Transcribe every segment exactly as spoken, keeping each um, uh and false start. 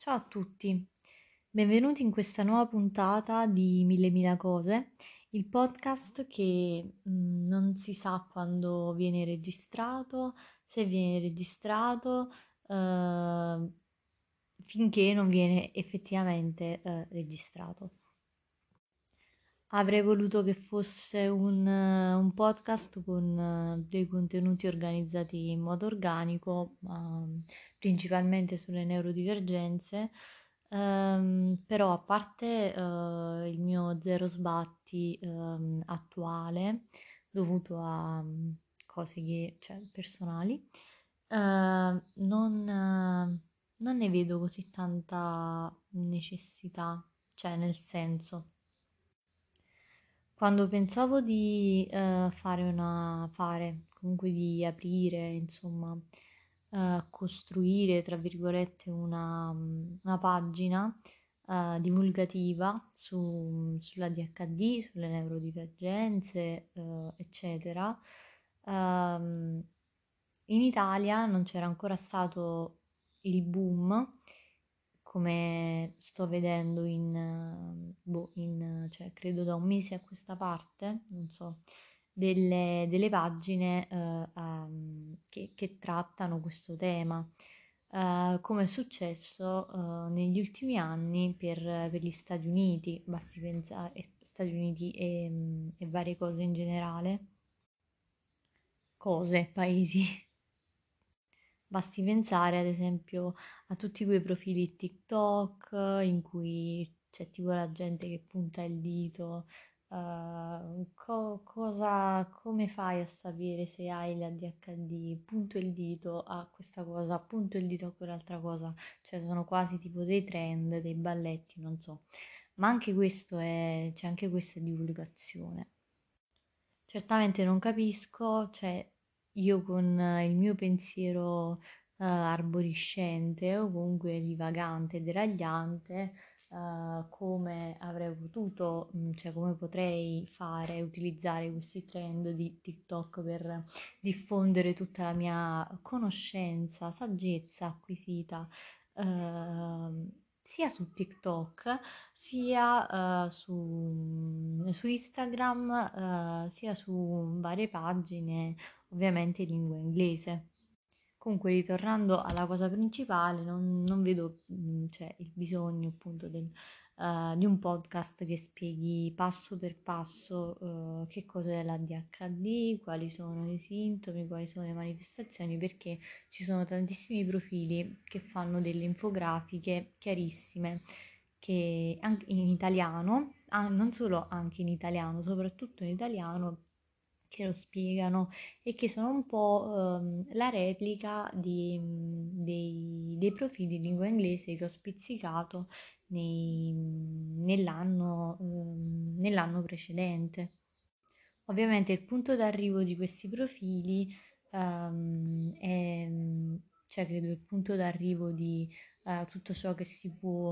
Ciao a tutti, benvenuti in questa nuova puntata di Mille Mila Cose, il podcast che mh, non si sa quando viene registrato, se viene registrato, eh, finché non viene effettivamente eh, registrato. Avrei voluto che fosse un, eh, un podcast con eh, dei contenuti organizzati in modo organico, ma principalmente sulle neurodivergenze, ehm, però a parte eh, il mio zero sbatti ehm, attuale, dovuto a mm, cose che, cioè, personali, eh, non, eh, non ne vedo così tanta necessità, cioè nel senso. Quando pensavo di eh, fare una, fare, comunque di aprire, insomma, eh, costruire, tra virgolette, una, una pagina eh, divulgativa su, sulla D H D, sulle neurodivergenze, eh, eccetera, ehm, in Italia non c'era ancora stato il boom come sto vedendo in, eh, boh, in, cioè, credo da un mese a questa parte, non so, delle, delle pagine eh, ehm, che, che trattano questo tema. Eh, come è successo eh, negli ultimi anni per, per gli Stati Uniti, basti pensare, Stati Uniti e, e varie cose in generale, cose, paesi. Basti pensare ad esempio a tutti quei profili TikTok in cui c'è tipo la gente che punta il dito, eh, co- cosa, come fai a sapere se hai la D H D? Punto il dito a questa cosa, punto il dito a quell'altra cosa, cioè sono quasi tipo dei trend, dei balletti, non so. Ma anche questo è, c'è anche questa divulgazione. Certamente non capisco, cioè io con eh, il mio pensiero eh, arborescente o comunque divagante, deragliante, eh, come avrei potuto, mh, cioè come potrei fare, utilizzare questi trend di TikTok per diffondere tutta la mia conoscenza, saggezza acquisita ehm, sia su TikTok sia eh, su, su Instagram, eh, sia su varie pagine, ovviamente in lingua inglese. Comunque, ritornando alla cosa principale, non, non vedo mh, cioè, il bisogno appunto del, eh, di un podcast che spieghi passo per passo eh, che cos'è la D H D, quali sono i sintomi, quali sono le manifestazioni, perché ci sono tantissimi profili che fanno delle infografiche chiarissime, che anche in italiano, ah, non solo anche in italiano, soprattutto in italiano, che lo spiegano e che sono un po' ehm, la replica di, mh, dei, dei profili di lingua inglese che ho spizzicato nei- nell'anno ehm, nell'anno precedente. Ovviamente il punto d'arrivo di questi profili ehm, è, cioè credo il punto d'arrivo di eh, tutto ciò che si può,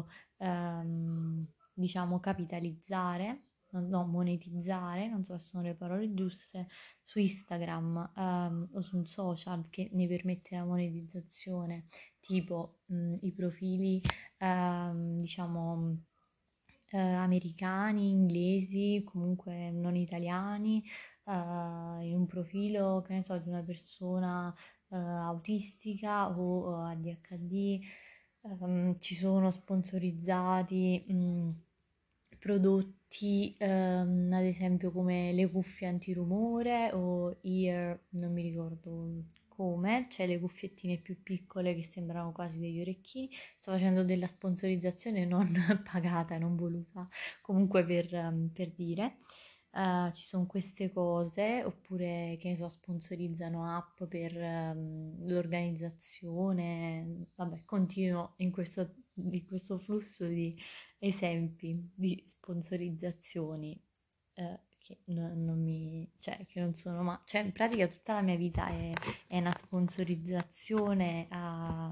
ehm, diciamo, capitalizzare, no, no, monetizzare, non so se sono le parole giuste, su Instagram ehm, o su un social che ne permette la monetizzazione, tipo mh, i profili, ehm, diciamo, eh, americani, inglesi, comunque non italiani, eh, in un profilo, che ne so, di una persona eh, autistica o eh, A D H D, ehm, ci sono sponsorizzati mh, prodotti, ehm, ad esempio come le cuffie antirumore o ear, non mi ricordo come, cioè le cuffiettine più piccole che sembrano quasi degli orecchini. Sto facendo della sponsorizzazione non pagata, non voluta, comunque per, ehm, per dire. Eh, ci sono queste cose, oppure che ne so, sponsorizzano app per ehm, l'organizzazione. Vabbè, continuo in questo, in questo flusso di esempi di sponsorizzazioni eh, che no- non mi, cioè, che non sono, ma cioè, in pratica tutta la mia vita è, è una sponsorizzazione a,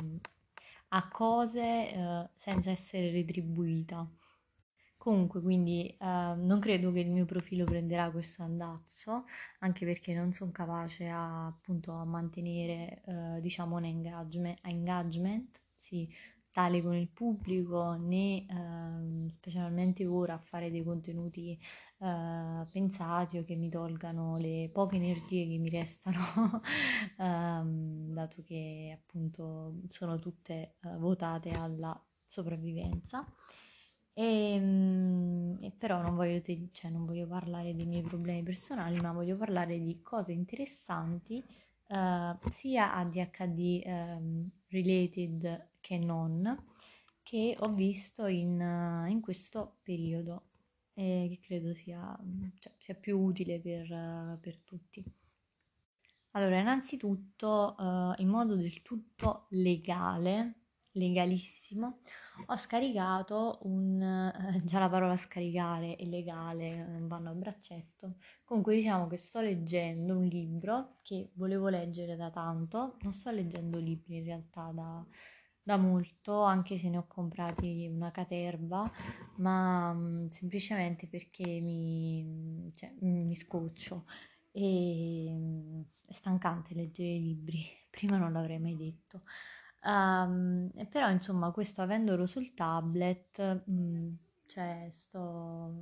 a cose eh, senza essere retribuita. Comunque, quindi eh, non credo che il mio profilo prenderà questo andazzo, anche perché non sono capace a, appunto, a mantenere, eh, diciamo, un engagement, engagement, sì, tale con il pubblico né ehm, specialmente ora a fare dei contenuti eh, pensati o che mi tolgano le poche energie che mi restano, ehm, dato che appunto sono tutte eh, votate alla sopravvivenza. E, mm, e però non voglio, te- cioè, non voglio parlare dei miei problemi personali, ma voglio parlare di cose interessanti eh, sia A D H D ehm, related che non, che ho visto in, eh, in questo periodo e che credo sia, cioè, sia più utile per, eh, per tutti. Allora, innanzitutto, eh, in modo del tutto legale, legalissimo, ho scaricato un... eh, già la parola scaricare e legale non vanno a braccetto. Comunque diciamo che sto leggendo un libro che volevo leggere da tanto, non sto leggendo libri in realtà da, da molto, anche se ne ho comprati una caterva, ma mh, semplicemente perché mi, cioè, mi scoccio e mm, è stancante leggere i libri, prima non l'avrei mai detto. Ehm, e però insomma questo avendolo sul tablet, mm, cioè sto,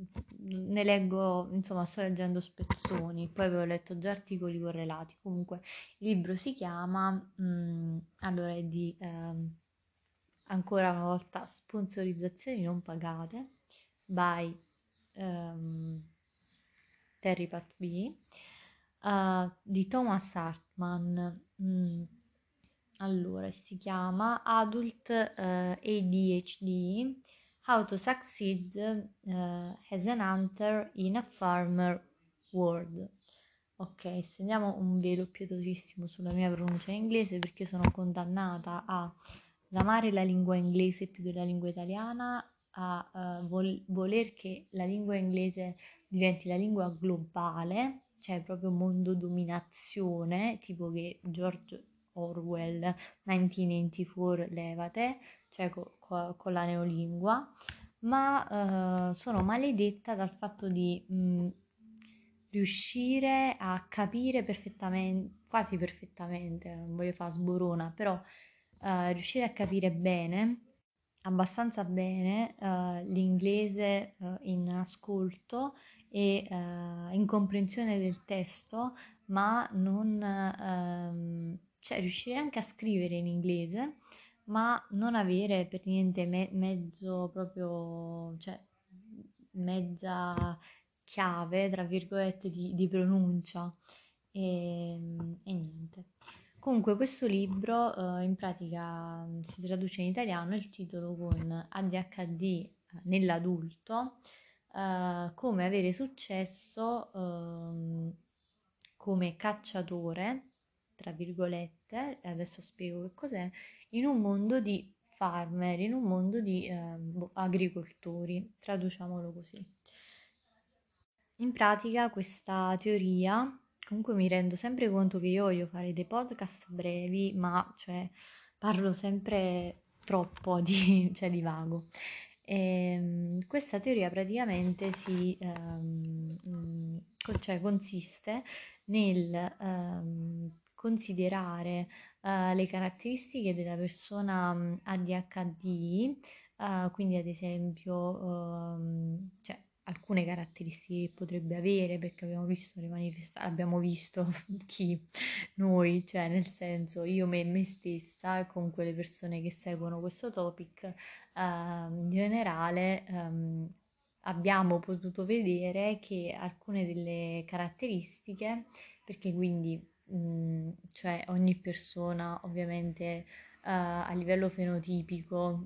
ne leggo, insomma sto leggendo spezzoni, poi avevo letto già articoli correlati, comunque il libro si chiama, mm, allora è di, ehm, ancora una volta, sponsorizzazioni non pagate, by ehm, Terry Pat B, eh, di Thomas Hartman. Mm, allora, si chiama Adult eh, A D H D, How to Succeed eh, as an Hunter in a Farmer World. Ok, stendiamo un velo pietosissimo sulla mia pronuncia in inglese perché sono condannata a amare la lingua inglese più della lingua italiana, a uh, vol- voler che la lingua inglese diventi la lingua globale, cioè proprio mondo dominazione, tipo che George Orwell millenovecentottantaquattro levate, cioè co- co- con la neolingua, ma uh, sono maledetta dal fatto di mh, riuscire a capire perfettamente, quasi perfettamente, non voglio fare sborona, però uh, riuscire a capire bene abbastanza bene eh, l'inglese eh, in ascolto e eh, in comprensione del testo, ma non ehm, cioè riuscire anche a scrivere in inglese, ma non avere per niente me- mezzo proprio, cioè mezza chiave, tra virgolette, di, di pronuncia e, e niente. Comunque questo libro eh, in pratica mh, si traduce in italiano il titolo con A D H D eh, nell'adulto, eh, come avere successo ehm, come cacciatore, tra virgolette, e adesso spiego che cos'è, in un mondo di farmer, in un mondo di ehm, boh, agricoltori, traduciamolo così. In pratica questa teoria, comunque mi rendo sempre conto che io voglio fare dei podcast brevi, ma cioè parlo sempre troppo di, cioè, di vago. Ehm, questa teoria praticamente si, ehm, mm, co- cioè, consiste nel ehm, considerare eh, le caratteristiche della persona mm, A D H D, eh, quindi ad esempio, ehm, cioè, alcune caratteristiche che potrebbe avere, perché abbiamo visto le manifestazioni, abbiamo visto chi noi, cioè nel senso io, me, me stessa e con quelle persone che seguono questo topic, ehm, in generale ehm, abbiamo potuto vedere che alcune delle caratteristiche, perché quindi mh, cioè ogni persona ovviamente eh, a livello fenotipico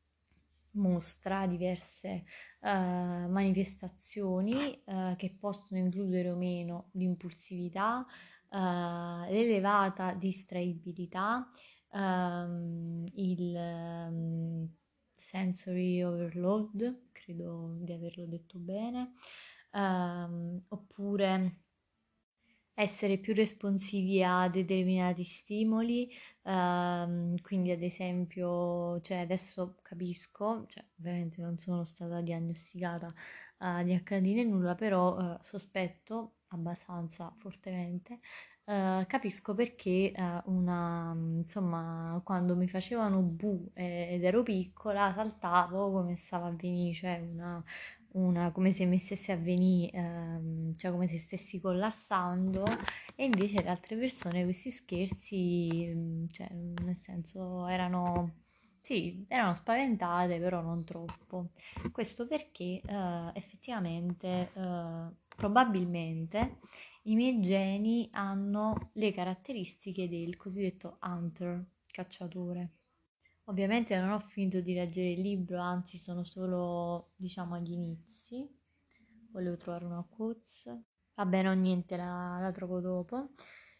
mostra diverse eh, manifestazioni eh, che possono includere o meno l'impulsività, eh, l'elevata distraibilità, ehm, il ehm, sensory overload, credo di averlo detto bene, ehm, oppure essere più responsivi a determinati stimoli, ehm, quindi ad esempio, cioè adesso capisco, cioè ovviamente non sono stata diagnosticata eh, di acca di né nulla, però eh, sospetto abbastanza fortemente eh, capisco perché eh, una, insomma, quando mi facevano bu eh, ed ero piccola, saltavo come stava a venire, cioè una, una- come se mi stesse a venire, ehm, cioè come se stessi collassando, e invece le altre persone questi scherzi, mm, cioè, nel senso, erano, sì, erano spaventate, però non troppo. Questo perché eh, effettivamente, eh, probabilmente, i miei geni hanno le caratteristiche del cosiddetto hunter, cacciatore. Ovviamente non ho finito di leggere il libro, anzi sono solo, diciamo, agli inizi. Volevo trovare una quotes. Vabbè, no, niente, la, la trovo dopo.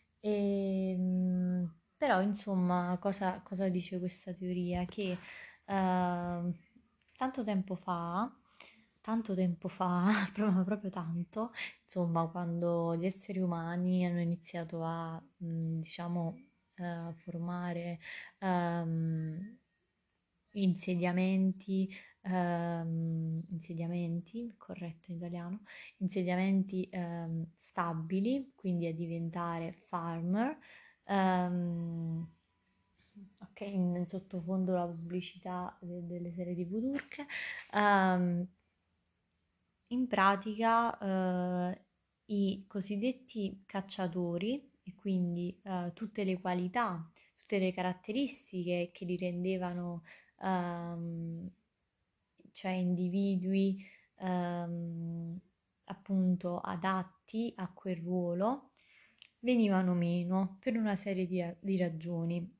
Ehm, però, insomma, cosa, cosa dice questa teoria? Che ehm, tanto tempo fa, tanto tempo fa, proprio, proprio tanto, insomma, quando gli esseri umani hanno iniziato a, mh, diciamo, eh, formare ehm, insediamenti, ehm, insediamenti, corretto in italiano, insediamenti ehm, stabili, quindi a diventare farmer. ehm, ok, in sottofondo la pubblicità de- delle serie T V turche. ehm, In pratica, eh, i cosiddetti cacciatori, e quindi eh, tutte le qualità, tutte le caratteristiche che li rendevano ehm, cioè individui ehm, appunto adatti a quel ruolo, venivano meno per una serie di, di ragioni.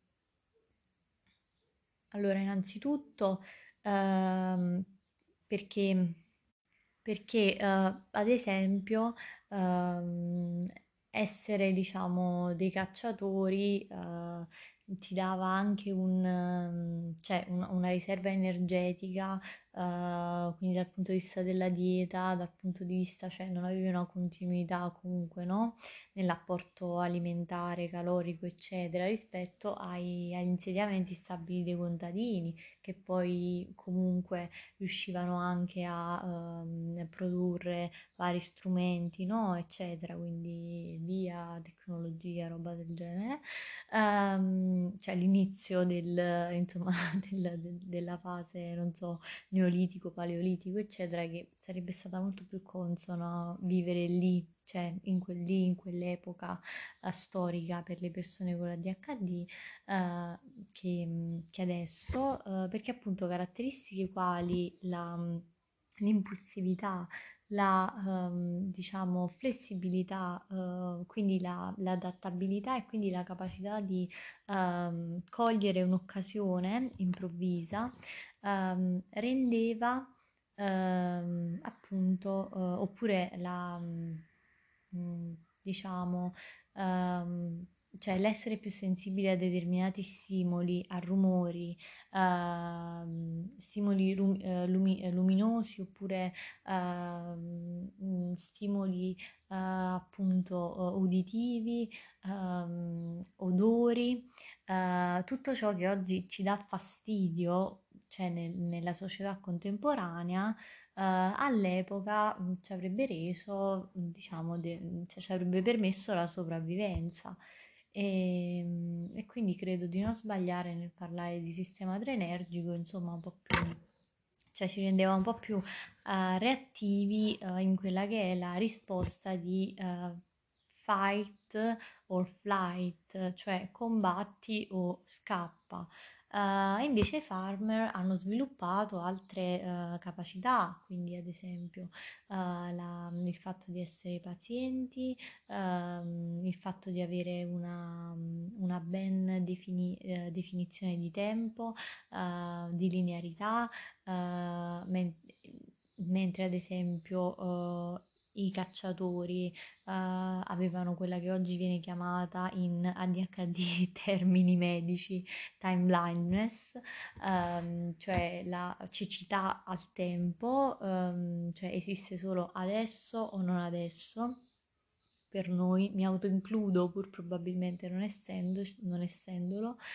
Allora, innanzitutto, ehm, perché, perché eh, ad esempio, ehm, essere, diciamo, dei cacciatori eh, ti dava anche un, ehm, cioè un- una riserva energetica, eh, quindi dal punto di vista della dieta, dal punto di vista, cioè non avevi una continuità comunque, no? Nell'apporto alimentare, calorico, eccetera, rispetto ai- agli insediamenti stabili dei contadini, che poi comunque riuscivano anche a ehm, produrre vari strumenti, no? Eccetera, quindi via tecnologia, roba del genere. Ehm, cioè l'inizio del, insomma, del- del- della fase, non so, neolitico, paleolitico, eccetera, che sarebbe stata molto più consona vivere lì, cioè in quel lì, in quell'epoca eh, storica per le persone con la D H D, eh, che, che adesso, eh, perché appunto caratteristiche quali la, l'impulsività, la ehm, diciamo flessibilità, eh, quindi la- l'adattabilità e quindi la capacità di ehm, cogliere un'occasione improvvisa, ehm, rendeva ehm, appunto, eh, oppure la, mm, diciamo, ehm, cioè l'essere più sensibile a determinati stimoli, a rumori, ehm, stimoli rum- eh, lumi- eh, luminosi oppure ehm, mm, stimoli eh, appunto eh, uditivi, ehm, odori, eh, tutto ciò che oggi ci dà fastidio, cioè nel- nella società contemporanea, eh, all'epoca mh, ci avrebbe reso, mh, diciamo, de- cioè, ci avrebbe permesso la sopravvivenza. E, mh, e quindi credo di non sbagliare nel parlare di sistema adrenergico, insomma, un po' più, cioè ci rendeva un po' più eh, reattivi eh, in quella che è la risposta di eh, fight or flight, cioè combatti o scappa. Uh, invece i farmer hanno sviluppato altre uh, capacità, quindi ad esempio uh, la- il fatto di essere pazienti, ehm, il fatto di avere una, una ben defini- eh, definizione di tempo, eh, di linearità, eh, men- mentre ad esempio eh, i cacciatori eh, avevano quella che oggi viene chiamata in A D H D termini medici time blindness, ehm, cioè la cecità al tempo, ehm, cioè esiste solo adesso o non adesso. Per noi, mi autoincludo pur probabilmente non essendo, non essendolo,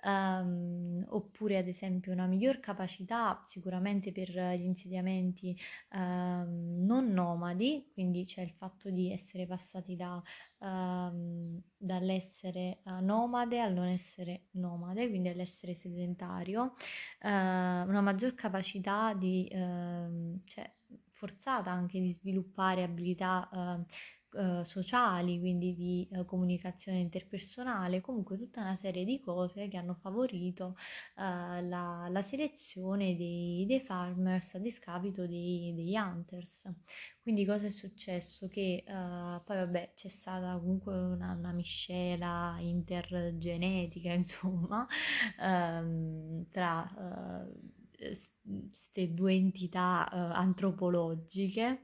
Ehm, oppure ad esempio una miglior capacità sicuramente per gli insediamenti ehm, non nomadi, quindi c'è il fatto di essere passati da, ehm, dall'essere eh, nomade al non essere nomade, quindi all'essere sedentario, eh, una maggior capacità di, ehm, cioè, forzata anche di sviluppare abilità eh, eh, sociali, quindi di eh, comunicazione interpersonale, comunque tutta una serie di cose che hanno favorito eh, la, la selezione dei, dei farmers a discapito dei, degli hunters. Quindi cosa è successo? Che eh, poi vabbè c'è stata comunque una, una miscela intergenetica, insomma, ehm, tra queste due entità eh, antropologiche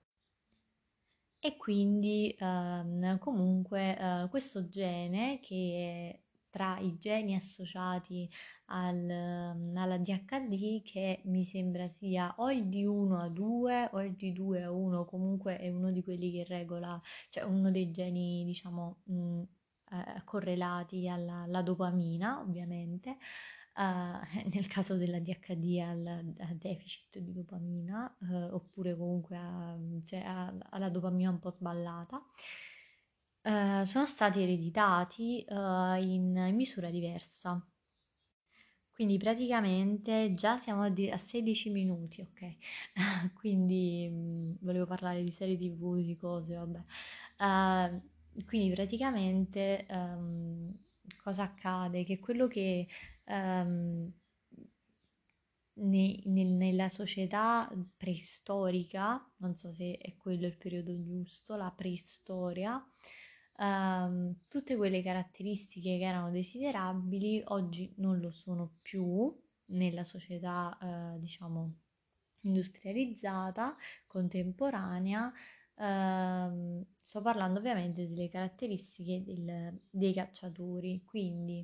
e quindi ehm, comunque eh, questo gene che è tra i geni associati al, ehm, alla D H D che mi sembra sia o il D uno a due o il D due a uno, comunque è uno di quelli che regola, cioè uno dei geni diciamo mh, eh, correlati alla, alla dopamina ovviamente. Eh, nel caso della D H D al, al deficit di dopamina, eh, oppure comunque a- cioè a- alla dopamina un po' sballata, eh, sono stati ereditati eh, in, in misura diversa. Quindi praticamente già siamo a di- a sedici minuti, ok? Quindi mh, volevo parlare di serie T V, di cose, vabbè. Eh, quindi praticamente ehm, cosa accade? Che quello che ehm, ne- nel- nella società preistorica, non so se è quello il periodo giusto, la preistoria, ehm, tutte quelle caratteristiche che erano desiderabili oggi non lo sono più nella società, eh, diciamo, industrializzata, contemporanea. Ehm, sto parlando ovviamente delle caratteristiche del- dei cacciatori, quindi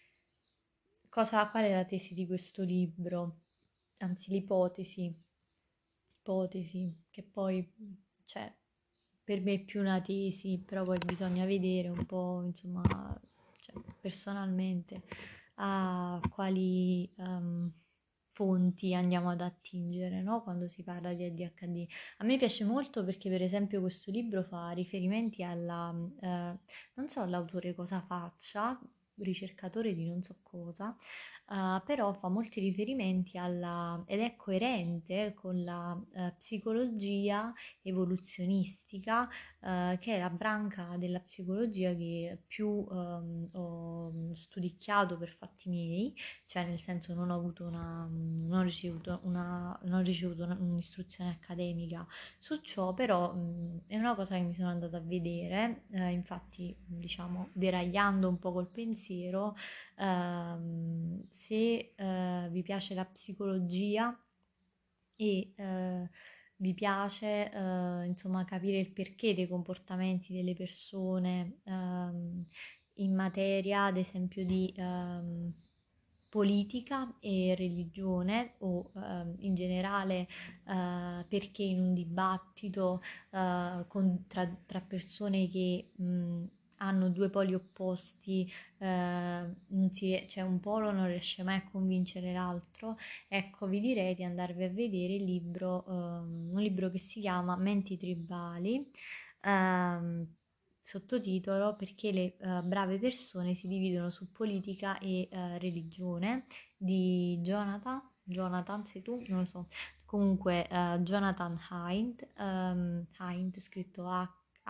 cosa, qual è la tesi di questo libro? Anzi, l'ipotesi, ipotesi, che poi, cioè, per me è più una tesi, però poi bisogna vedere un po', insomma, cioè, personalmente a quali ehm, fonti andiamo ad attingere, no? Quando si parla di A D H D. A me piace molto perché, per esempio, questo libro fa riferimenti alla, eh, non so l'autore cosa faccia, ricercatore di non so cosa, eh, però fa molti riferimenti alla, ed è coerente con la eh, psicologia evoluzionistica, eh, che è la branca della psicologia che più ehm, ho studicchiato per fatti miei, cioè nel senso non ho avuto una, non ho ricevuto una, non ho ricevuto una- un'istruzione accademica su ciò, però mh, è una cosa che mi sono andata a vedere, eh, infatti diciamo deragliando un po' col pensiero, ehm, se eh, vi piace la psicologia e eh, vi piace eh, insomma capire il perché dei comportamenti delle persone ehm, in materia, ad esempio, di ehm, politica e religione o ehm, in generale eh, perché in un dibattito eh, con- tra, tra persone che mh, hanno due poli opposti, eh, non si- cioè un polo non riesce mai a convincere l'altro. Ecco, vi direi di andarvi a vedere il libro, ehm, un libro che si chiama Menti tribali, ehm, sottotitolo Perché le eh, brave persone si dividono su politica e eh, religione, di Jonathan, Jonathan, sei tu? Non lo so. Comunque, eh, Jonathan Haidt, ehm, Haidt scritto H-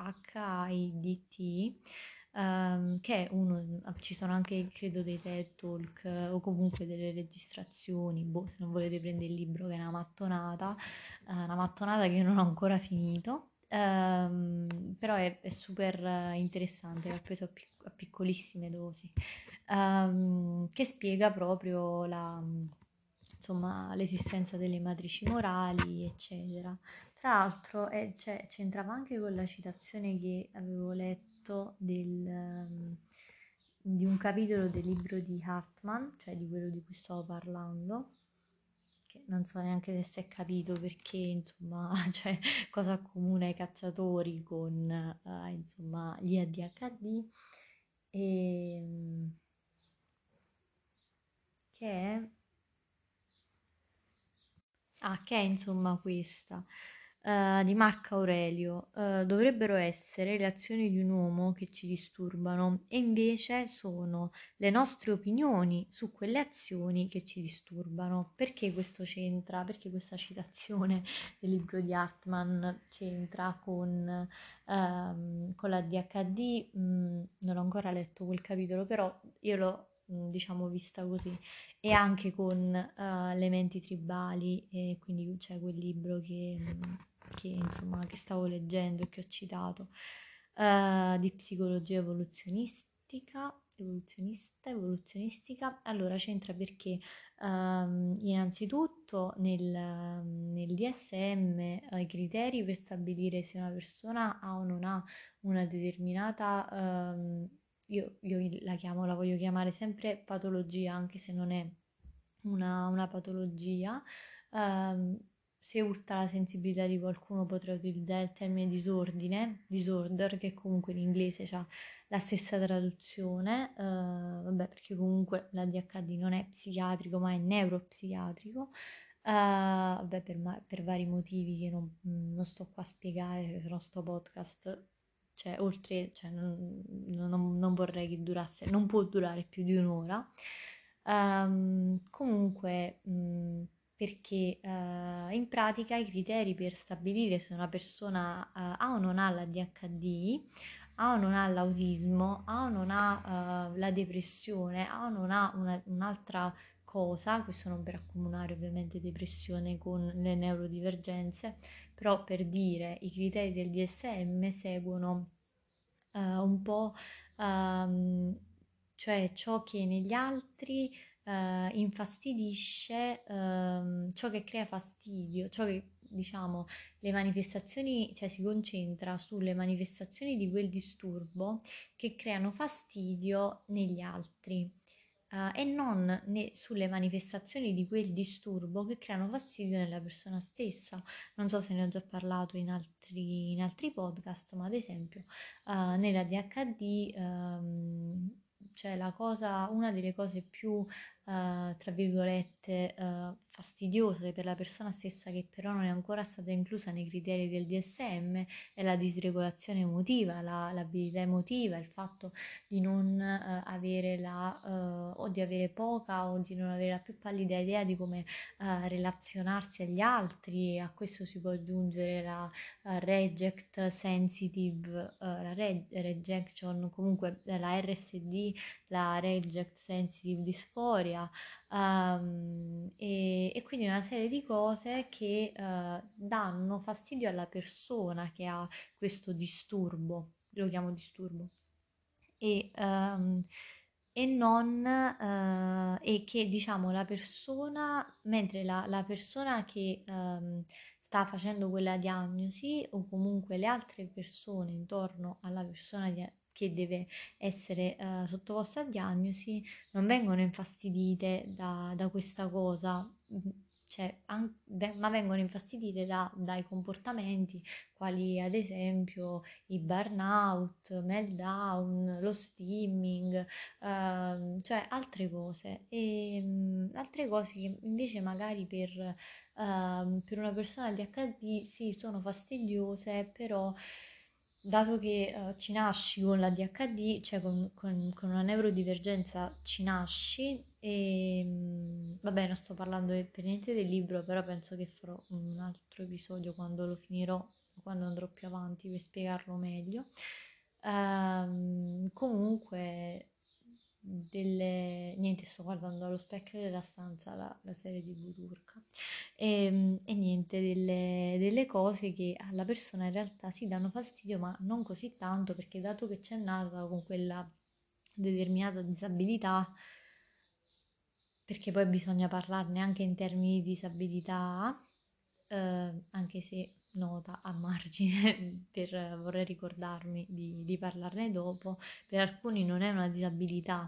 H-I-D-T, ehm, che è uno, ci sono anche credo dei TED Talk eh, o comunque delle registrazioni, boh, se non volete prendere il libro che è una mattonata, eh, una mattonata che non ho ancora finito. Ehm, però è, è super eh, interessante, l'ho preso a, pic- a piccolissime dosi, ehm, che spiega proprio la, insomma, l'esistenza delle matrici morali, eccetera. Tra l'altro, eh, cioè, c'entrava anche con la citazione che avevo letto del, ehm, di un capitolo del libro di Hartman, cioè di quello di cui stavo parlando, che non so neanche se si è capito perché, insomma, cioè, cosa accomuna i cacciatori con, eh, insomma, gli A D H D. E, che è, ah, che è insomma questa, eh, di Marco Aurelio. Eh, dovrebbero essere le azioni di un uomo che ci disturbano e invece sono le nostre opinioni su quelle azioni che ci disturbano. Perché questo c'entra? Perché questa citazione del libro di Hartman c'entra con, ehm, con la D H D? Mm, non ho ancora letto quel capitolo, però io l'ho, mm, diciamo, vista così. E anche con eh, le menti tribali, e quindi c'è quel libro che, che, insomma, che stavo leggendo e che ho citato, eh, di psicologia evoluzionistica, evoluzionista, evoluzionistica. Allora c'entra perché ehm, innanzitutto nel, nel D S M eh, i criteri per stabilire se una persona ha o non ha una determinata ehm, io, io la chiamo, la voglio chiamare sempre patologia, anche se non è una, una patologia. Ehm, se urta la sensibilità di qualcuno potrei utilizzare il termine disordine, disorder, che comunque in inglese ha la stessa traduzione, eh, vabbè, perché comunque la D H D non è psichiatrico, ma è neuropsichiatrico. Uh, vabbè, per, ma- per vari motivi che non, non sto qua a spiegare, se no sto podcast, cioè, oltre, cioè, non, non- non vorrei che durasse, non può durare più di un'ora. Ehm, comunque, mh, perché eh, in pratica i criteri per stabilire se una persona eh, ha o non ha la D H D, ha o non ha l'autismo, ha o non ha eh, la depressione, ha o non ha una- un'altra cosa, questo non per accomunare ovviamente depressione con le neurodivergenze, però per dire i criteri del D S M seguono eh, un po', ehm, cioè ciò che negli altri eh, infastidisce, ehm, ciò che crea fastidio, ciò che diciamo le manifestazioni, cioè si concentra sulle manifestazioni di quel disturbo che creano fastidio negli altri. eh, e non ne- sulle manifestazioni di quel disturbo che creano fastidio nella persona stessa. Non so se ne ho già parlato in altri, in altri podcast, ma ad esempio uh, nella D H D um, c'è la cosa, una delle cose più, uh, tra virgolette, uh, fastidiose per la persona stessa che però non è ancora stata inclusa nei criteri del D S M è la disregolazione emotiva, la, l'abilità emotiva, il fatto di non uh, avere la, uh, o di avere poca o di non avere la più pallida idea di come uh, relazionarsi agli altri. A questo si può aggiungere la uh, reject sensitive, uh, la re- rejection, comunque eh, la R S D, la reject sensitive dysphoria, um, e, e quindi una serie di cose che uh, danno fastidio alla persona che ha questo disturbo, lo chiamo disturbo, e, um, e non eh, e che diciamo la persona, mentre la, la persona che ehm, sta facendo quella diagnosi o comunque le altre persone intorno alla persona dia- che deve essere eh, sottoposta a diagnosi non vengono infastidite da, da questa cosa, mm, cioè, an- ve- ma vengono infastidite da- dai comportamenti quali ad esempio i burnout, meltdown, lo stimming, ehm, cioè altre cose. E mh, altre cose che invece magari per, ehm, per una persona di acca di sì sono fastidiose, però dato che eh, ci nasci con la D H D, cioè con, con- con una neurodivergenza ci nasci e mh, vabbè non sto parlando per niente del libro, però penso che farò un altro episodio quando lo finirò, quando andrò più avanti per spiegarlo meglio. Ehm, comunque, delle... niente, sto guardando allo specchio della stanza la, la serie di turca e, e niente, delle, delle cose che alla persona in realtà si danno fastidio, ma non così tanto perché dato che c'è nata con quella determinata disabilità, perché poi bisogna parlarne anche in termini di disabilità, eh, anche se nota a margine, per, vorrei ricordarmi di, di parlarne dopo, per alcuni non è una disabilità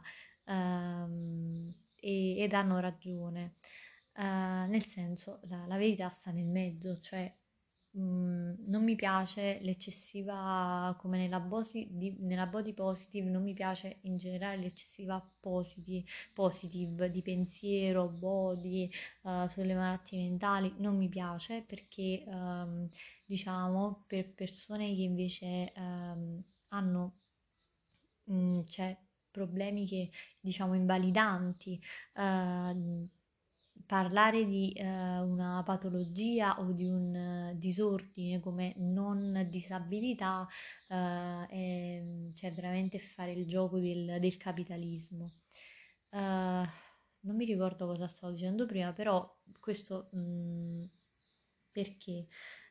ehm, e- ed hanno ragione. Eh, nel senso, la, la verità sta nel mezzo, cioè mm, non mi piace l'eccessiva, come nella, bosi- di- nella body positive, non mi piace in generale l'eccessiva positi- positive di pensiero, body, eh, sulle malattie mentali, non mi piace perché, ehm, diciamo, per persone che invece ehm, hanno mm, cioè, problemi che, diciamo, invalidanti, eh, parlare di eh, una patologia o di un eh, disordine come non disabilità eh, è cioè, veramente fare il gioco del, del capitalismo. Eh, non mi ricordo cosa stavo dicendo prima, però questo mm, perché?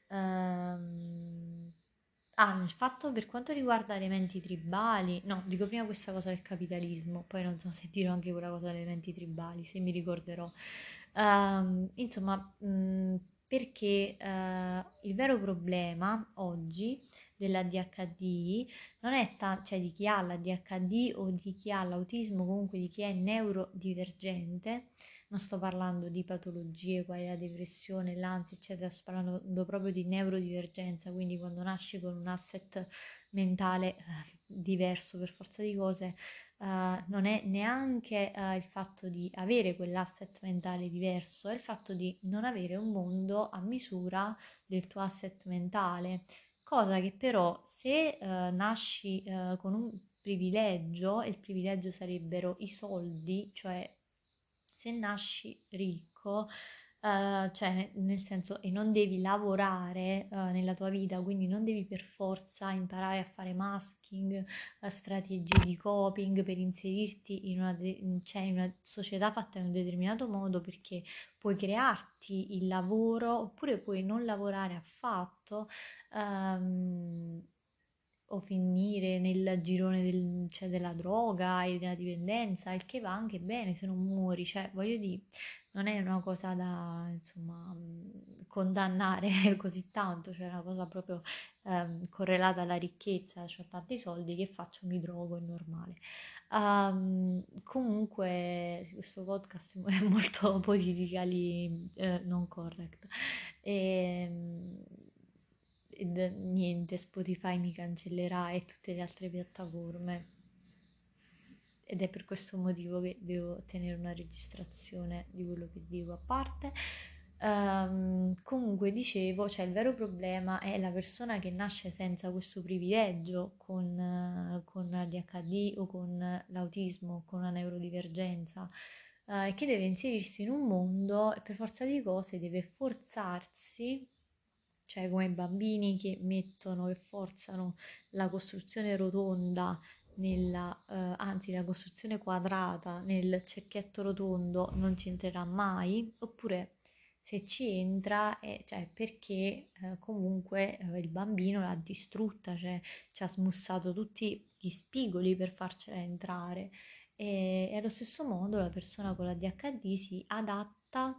Ehm, Ah, nel fatto per quanto riguarda elementi tribali, no, dico prima questa cosa del capitalismo, poi non so se dirò anche quella cosa degli elementi tribali, se mi ricorderò. Ehm, insomma, mh, perché eh, il vero problema oggi dell'A D H D non è ta- cioè di chi ha l'A D H D o di chi ha l'autismo, comunque di chi è neurodivergente, non sto parlando di patologie quali la depressione, l'ansia, eccetera, sto parlando proprio di neurodivergenza, quindi quando nasci con un asset mentale eh, diverso per forza di cose, eh, non è neanche eh, il fatto di avere quell'asset mentale diverso, è il fatto di non avere un mondo a misura del tuo asset mentale, cosa che però se eh, nasci eh, con un privilegio, e il privilegio sarebbero i soldi, cioè se nasci ricco, eh, cioè nel senso e non devi lavorare eh, nella tua vita, quindi non devi per forza imparare a fare masking, eh, strategie di coping per inserirti in una, de- cioè in una società fatta in un determinato modo perché puoi crearti il lavoro oppure puoi non lavorare affatto. ehm, o finire nel girone del- cioè, della droga e della dipendenza, il che va anche bene se non muori, cioè voglio dire, non è una cosa da insomma mh, condannare così tanto, cioè è una cosa proprio ehm, correlata alla ricchezza, ho tanti soldi, che faccio? Mi drogo, è normale. Ehm, comunque sì, questo podcast è molto politically eh, non correct. E, ed niente, Spotify mi cancellerà e tutte le altre piattaforme. Ed è per questo motivo che devo tenere una registrazione di quello che dico a parte. Ehm, comunque dicevo, cioè il vero problema è la persona che nasce senza questo privilegio con, eh, con A D H D o con l'autismo, con una neurodivergenza, eh, che deve inserirsi in un mondo e per forza di cose deve forzarsi, cioè come i bambini che mettono e forzano la costruzione rotonda nella, eh, anzi la costruzione quadrata nel cerchietto rotondo non ci entrerà mai, oppure se ci entra è cioè, perché eh, comunque eh, il bambino l'ha distrutta, cioè ci ha smussato tutti gli spigoli per farcela entrare. E, e allo stesso modo la persona con la D H D si adatta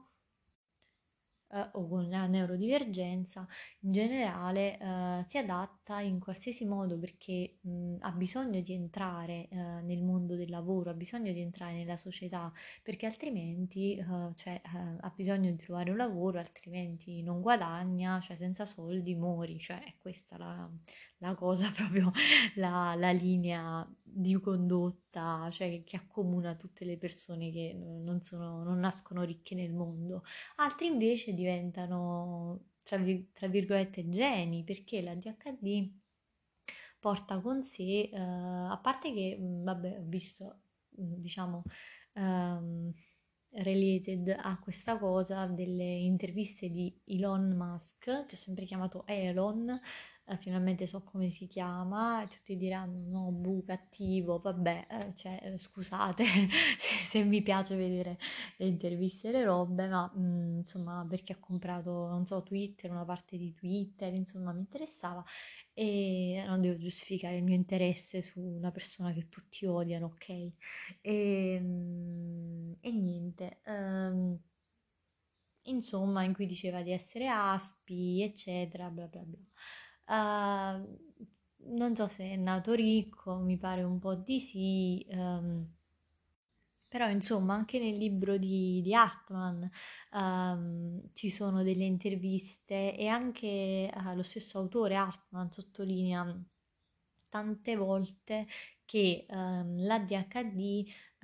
eh, o con la neurodivergenza in generale eh, si adatta in qualsiasi modo perché mh, ha bisogno di entrare eh, nel mondo del lavoro, ha bisogno di entrare nella società, perché altrimenti eh, cioè, eh, ha bisogno di trovare un lavoro, altrimenti non guadagna, cioè senza soldi muori, cioè è questa la, la cosa proprio, la, la linea di condotta, cioè che, che accomuna tutte le persone che non sono, non nascono ricche nel mondo. Altri invece diventano, tra, vir- tra virgolette, geni, perché la D H D porta con sé, eh, a parte che, mh, vabbè, ho visto, mh, diciamo, ehm, related a questa cosa delle interviste di Elon Musk, che ho sempre chiamato Elon, eh, finalmente so come si chiama, e tutti diranno no, bu, cattivo, vabbè, eh, cioè, eh, scusate se, se mi piace vedere le interviste e le robe, ma mh, insomma perché ho comprato, non so, Twitter, una parte di Twitter, insomma mi interessava e non devo giustificare il mio interesse su una persona che tutti odiano, ok? E, mm, e niente, ehm, insomma, in cui diceva di essere aspi, eccetera, bla bla bla. Ah, non so se è nato ricco, mi pare un po' di sì. ehm, Però insomma anche nel libro di, di Hartman ehm, ci sono delle interviste e anche eh, lo stesso autore Hartman sottolinea tante volte che ehm, l'A D H D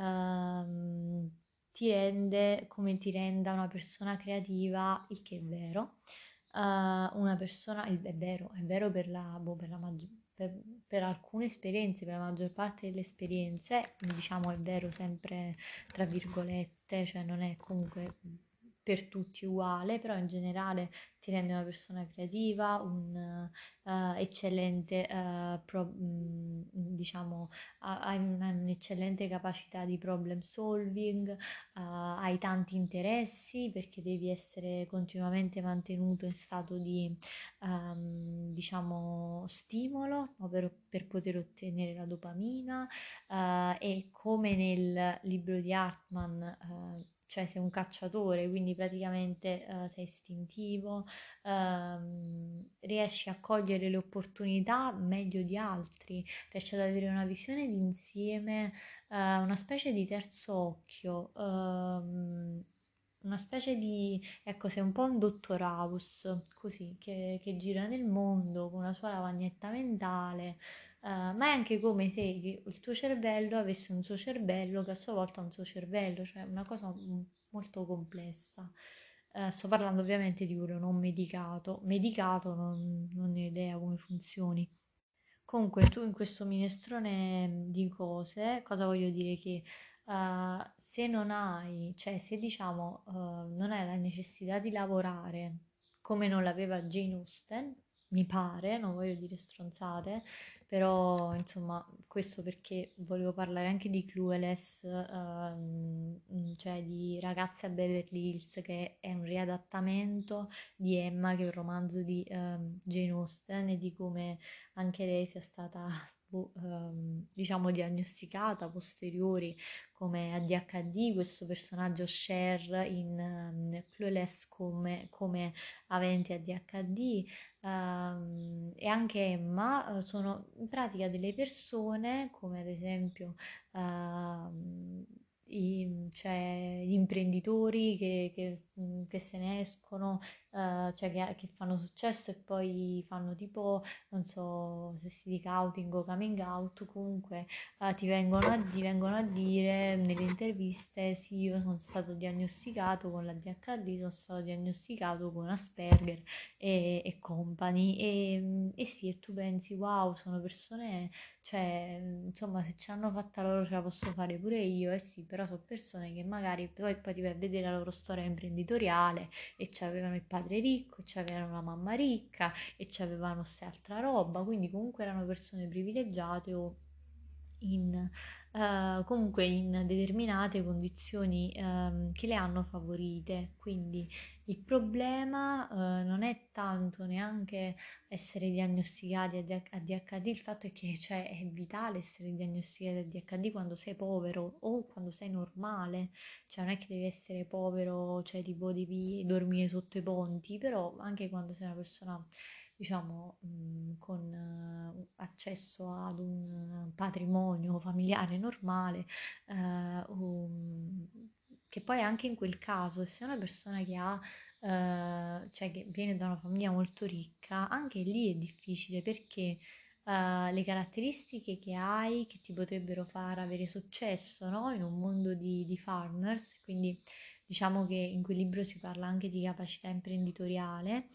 ehm, ti rende come ti renda una persona creativa, il che è vero. Eh, una persona, il- è vero, è vero per la, boh, per la maggior per, per alcune esperienze, per la maggior parte delle esperienze, diciamo è vero sempre tra virgolette, cioè non è comunque per tutti uguale, però in generale ti rende una persona creativa, un eh, eccellente, eh, pro- mh, diciamo, ha- hai una- un'eccellente capacità di problem solving, eh, hai tanti interessi perché devi essere continuamente mantenuto in stato di ehm, diciamo, stimolo, no, per, per poter ottenere la dopamina eh, e come nel libro di Hartman, eh, cioè sei un cacciatore, quindi praticamente eh, sei istintivo, ehm, riesci a cogliere le opportunità meglio di altri, riesci ad avere una visione d'insieme, eh, una specie di terzo occhio, ehm, una specie di ecco, sei un po' un dottor House, così, che, che gira nel mondo con la sua lavagnetta mentale, eh, ma è anche come se il tuo cervello avesse un suo cervello che a sua volta ha un suo cervello, cioè una cosa mm, molto complessa. Eh, sto parlando ovviamente di quello non medicato. Medicato non, non ne ho idea come funzioni. Comunque, tu in questo minestrone di cose, cosa voglio dire? Che eh, se non hai, cioè se diciamo eh, non hai la necessità di lavorare come non l'aveva Jane Austen, mi pare, non voglio dire stronzate, però insomma questo perché volevo parlare anche di Clueless, ehm, mm, cioè di Ragazze a Beverly Hills, che è un riadattamento di Emma, che è un romanzo di ehm, Jane Austen e di come anche lei sia stata boh, ehm, diciamo diagnosticata a posteriori come A D H D, questo personaggio Cher in ehm, Clueless come, come avente A D H D ehm, e anche Emma eh, sono in pratica delle persone come ad esempio ehm, i- cioè, gli imprenditori che, che, mh, che se ne escono, eh, cioè che, che fanno successo e poi fanno tipo non so se si dica outing o coming out, comunque eh, ti vengono a, ti vengono a dire nelle interviste sì, io sono stato diagnosticato con l'A D H D, sono stato diagnosticato con Asperger e, e company e, e sì, e tu pensi wow, sono persone, cioè insomma se ce l'hanno fatta loro ce la posso fare pure io, eh sì, però sono persone che magari poi, poi ti vai a vedere la loro storia imprenditoriale e c'avevano il padre ricco, e c'avevano la mamma ricca e c'avevano se altra roba, quindi comunque erano persone privilegiate o in, eh, comunque in determinate condizioni ehm, che le hanno favorite. Quindi il problema eh, non è tanto neanche essere diagnosticati a D H D, il fatto è che cioè, è vitale essere diagnosticati a D H D quando sei povero o quando sei normale, cioè non è che devi essere povero, cioè tipo devi dormire sotto i ponti, però anche quando sei una persona diciamo, mh, con eh, accesso ad un patrimonio familiare normale, eh, o, che poi anche in quel caso, se una persona che ha, eh, cioè che viene da una famiglia molto ricca, anche lì è difficile perché eh, le caratteristiche che hai che ti potrebbero far avere successo, no? In un mondo di, di farmers, quindi diciamo che in quel libro si parla anche di capacità imprenditoriale,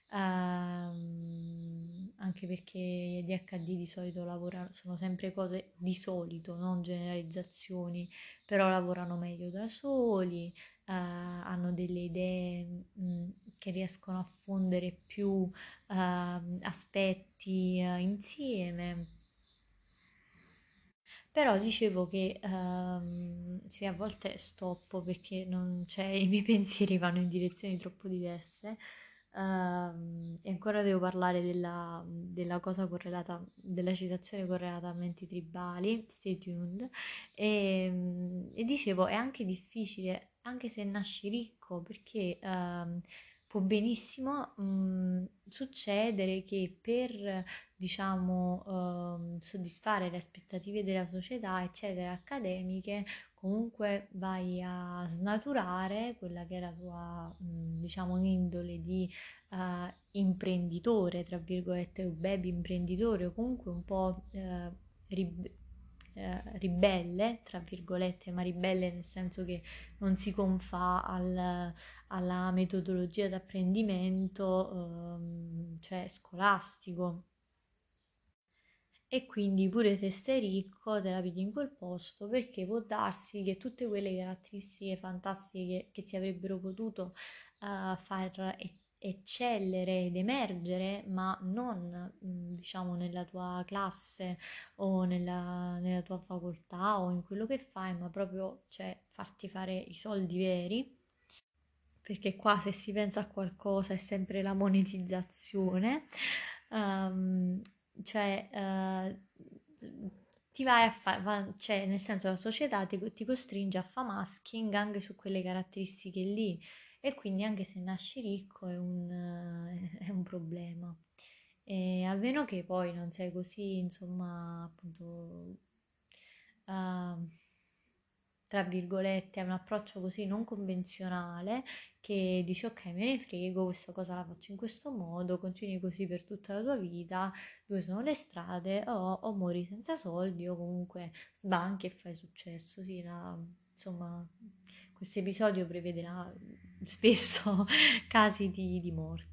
ehm, anche perché gli A D H D di solito lavorano, sono sempre cose di solito, non generalizzazioni, però lavorano meglio da soli, eh, hanno delle idee mh, che riescono a fondere più ehm, aspetti eh, insieme. Però dicevo che ehm, sì, a volte stoppo perché non, cioè, i miei pensieri vanno in direzioni troppo diverse. Ehm, e ancora devo parlare della, della cosa correlata, della citazione correlata a menti tribali, stay tuned. E, e dicevo, è anche difficile, anche se nasci ricco, perché ehm, può benissimo mh, succedere che per diciamo, ehm, soddisfare le aspettative della società, eccetera, accademiche, comunque vai a snaturare quella che è la tua, mh, diciamo, indole di eh, imprenditore, tra virgolette, o baby imprenditore, o comunque un po' eh, rib- eh, ribelle, tra virgolette, ma ribelle nel senso che non si confà al- alla metodologia d'apprendimento, ehm, cioè scolastico. E quindi pure se sei ricco te la vedi in quel posto perché può darsi che tutte quelle caratteristiche fantastiche che ti avrebbero potuto eh, far e- eccellere ed emergere, ma non mh, diciamo nella tua classe o nella, nella tua facoltà o in quello che fai, ma proprio cioè farti fare i soldi veri, perché qua se si pensa a qualcosa è sempre la monetizzazione. Ehm, cioè eh, ti vai a fare, cioè nel senso la società ti, ti costringe a fare masking anche su quelle caratteristiche lì, e quindi anche se nasci ricco è un, eh, è un problema. E a meno che poi non sei così, insomma, appunto, ehm, tra virgolette, è un approccio così non convenzionale che dici ok, me ne frego, questa cosa la faccio in questo modo, continui così per tutta la tua vita, due sono le strade, o, o muori senza soldi o comunque sbanchi e fai successo. Sì, la- insomma, questo episodio prevederà spesso casi di, di morti.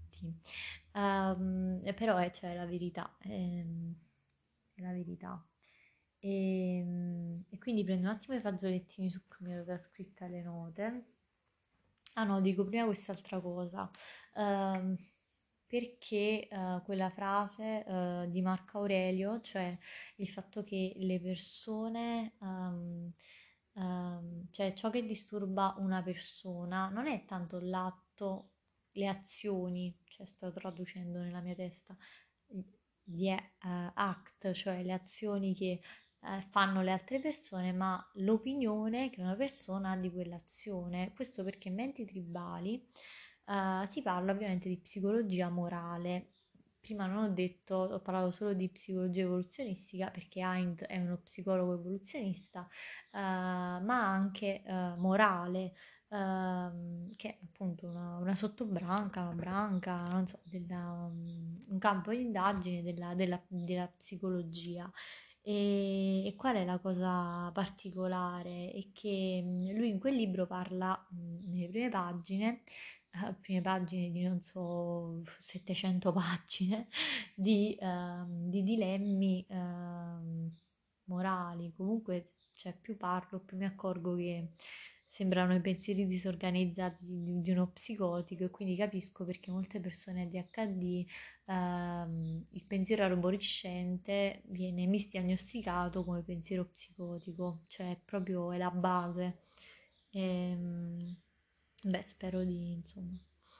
Ehm, però è, cioè, la verità, ehm, è la verità. E, e quindi prendo un attimo i fazzolettini su cui mi ero trascritta le note. Ah no, dico prima quest'altra cosa. Ehm, perché eh, quella frase eh, di Marco Aurelio, cioè il fatto che le persone, ehm, ehm, cioè ciò che disturba una persona non è tanto l'atto, le azioni, cioè sto traducendo nella mia testa, gli eh, act, cioè le azioni che eh, fanno le altre persone, ma l'opinione che una persona ha di quell'azione. Questo perché in menti tribali eh, si parla ovviamente di psicologia morale. Prima non ho detto, ho parlato solo di psicologia evoluzionistica perché Hind è uno psicologo evoluzionista, eh, ma anche eh, morale, ehm, che è appunto una, una sottobranca, una branca, non so, della, un campo di indagine della, della- della psicologia. E, e qual è la cosa particolare? È che mh, lui in quel libro parla mh, nelle prime pagine, eh, prime pagine di non so, settecento pagine, di, ehm, di dilemmi ehm, morali. Comunque, cioè, più parlo, più mi accorgo che sembrano i pensieri disorganizzati di, di uno psicotico, e quindi capisco perché molte persone A D H D ehm, il pensiero arborescente viene misdiagnosticato come pensiero psicotico, cioè proprio è la base. Ehm, beh, spero di, insomma,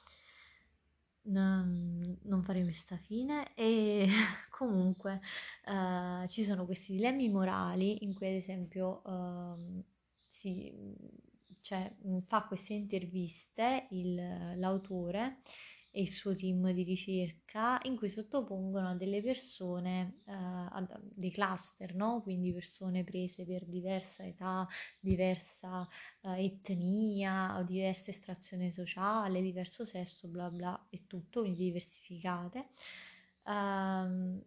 non, non fare questa fine. E comunque eh, ci sono questi dilemmi morali in cui ad esempio ehm, si, cioè, fa queste interviste il- l'autore e il suo team di ricerca in cui sottopongono a delle persone, eh, a dei cluster, no? Quindi persone prese per diversa età, diversa eh, etnia, o diversa estrazione sociale, diverso sesso, bla bla e tutto, quindi diversificate. Ehm,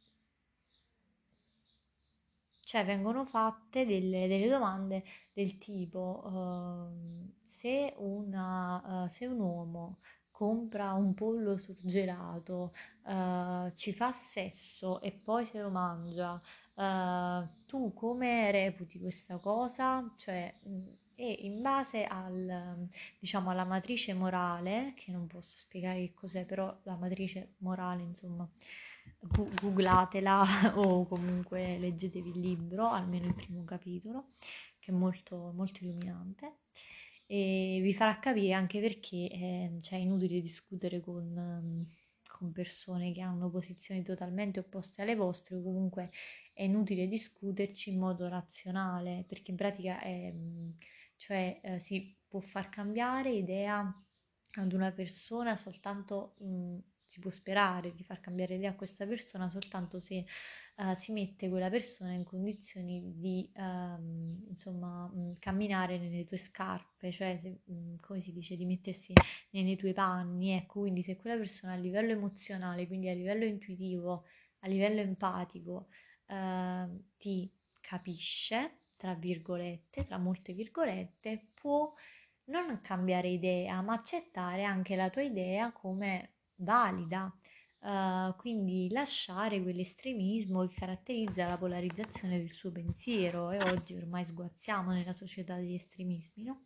cioè vengono fatte delle, delle domande del tipo ehm, se, una, eh, se un uomo compra un pollo surgelato, eh, ci fa sesso e poi se lo mangia, eh, tu come reputi questa cosa? Cioè, mh, e in base al, diciamo, alla matrice morale, che non posso spiegare che cos'è, però la matrice morale, insomma, gu- googlatela o comunque leggetevi il libro, almeno il primo capitolo, che è molto, molto illuminante e vi farà capire anche perché eh, cioè, è inutile discutere con, ehm, con persone che hanno posizioni totalmente opposte alle vostre, o comunque è inutile discuterci in modo razionale, perché in pratica è, mh, cioè, eh, si può far cambiare idea ad una persona soltanto mh, si può sperare di far cambiare idea a questa persona soltanto se uh, si mette quella persona in condizioni di um, insomma mh, camminare nelle tue scarpe, cioè se, mh, come si dice, di mettersi nei tuoi panni, ecco, quindi se quella persona a livello emozionale, quindi a livello intuitivo, a livello empatico, uh, ti capisce, tra virgolette, tra molte virgolette, può non cambiare idea, ma accettare anche la tua idea come valida. Uh, quindi lasciare quell'estremismo che caratterizza la polarizzazione del suo pensiero, e oggi ormai sguazziamo nella società degli estremismi, no?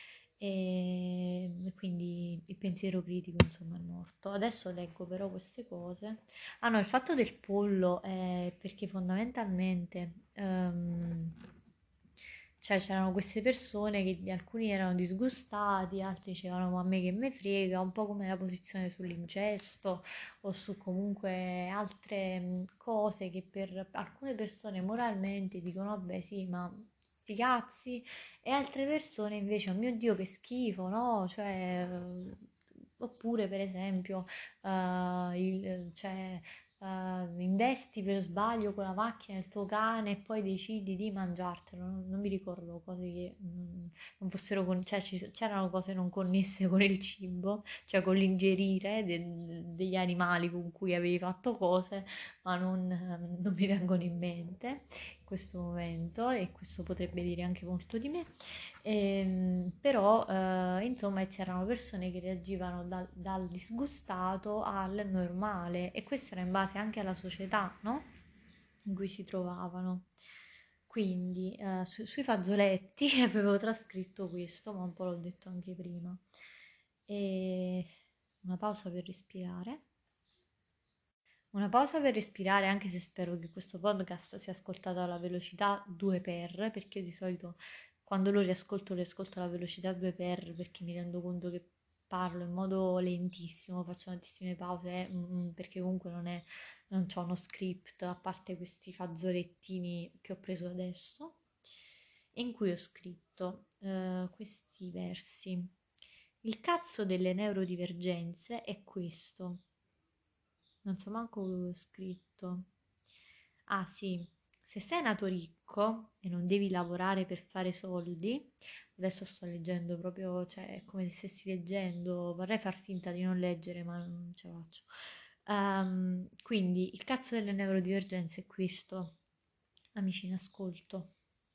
E quindi il pensiero critico insomma è morto. Adesso leggo però queste cose. Ah no, il fatto del pollo è perché fondamentalmente um, cioè c'erano queste persone che alcuni erano disgustati, altri dicevano ma a me che me frega, un po' come la posizione sull'incesto o su comunque altre mh, cose che per alcune persone moralmente dicono vabbè sì ma sti cazzi, e altre persone invece oh mio Dio che schifo, no? Cioè, eh, oppure per esempio eh, il, cioè, uh, investi per sbaglio con la macchina il tuo cane e poi decidi di mangiartelo. Non, non mi ricordo cose che mm, non fossero con, cioè ci- c'erano cose non connesse con il cibo, cioè con l'ingerire de- degli animali con cui avevi fatto cose, ma non, ehm, non mi vengono in mente in questo momento, e questo potrebbe dire anche molto di me. Ehm, però eh, insomma c'erano persone che reagivano dal, dal disgustato al normale, e questo era in base anche alla società, no? In cui si trovavano. Quindi eh, su- sui fazzoletti avevo trascritto questo, ma un po' l'ho detto anche prima. E una pausa per respirare. Una pausa per respirare, anche se spero che questo podcast sia ascoltato alla velocità due per, perché io di solito quando lo riascolto lo riascolto alla velocità due per, perché mi rendo conto che parlo in modo lentissimo, faccio tantissime pause, mm, mm, perché comunque non è, non c'ho uno script, a parte questi fazzolettini che ho preso adesso, in cui ho scritto eh, questi versi. Il cazzo delle neurodivergenze è questo. Non so manco dove ho scritto. Ah sì, se sei nato ricco e non devi lavorare per fare soldi, adesso sto leggendo proprio, cioè è come se stessi leggendo, vorrei far finta di non leggere, ma non ce la faccio. Ehm, quindi il cazzo delle neurodivergenze è questo, amici in ascolto.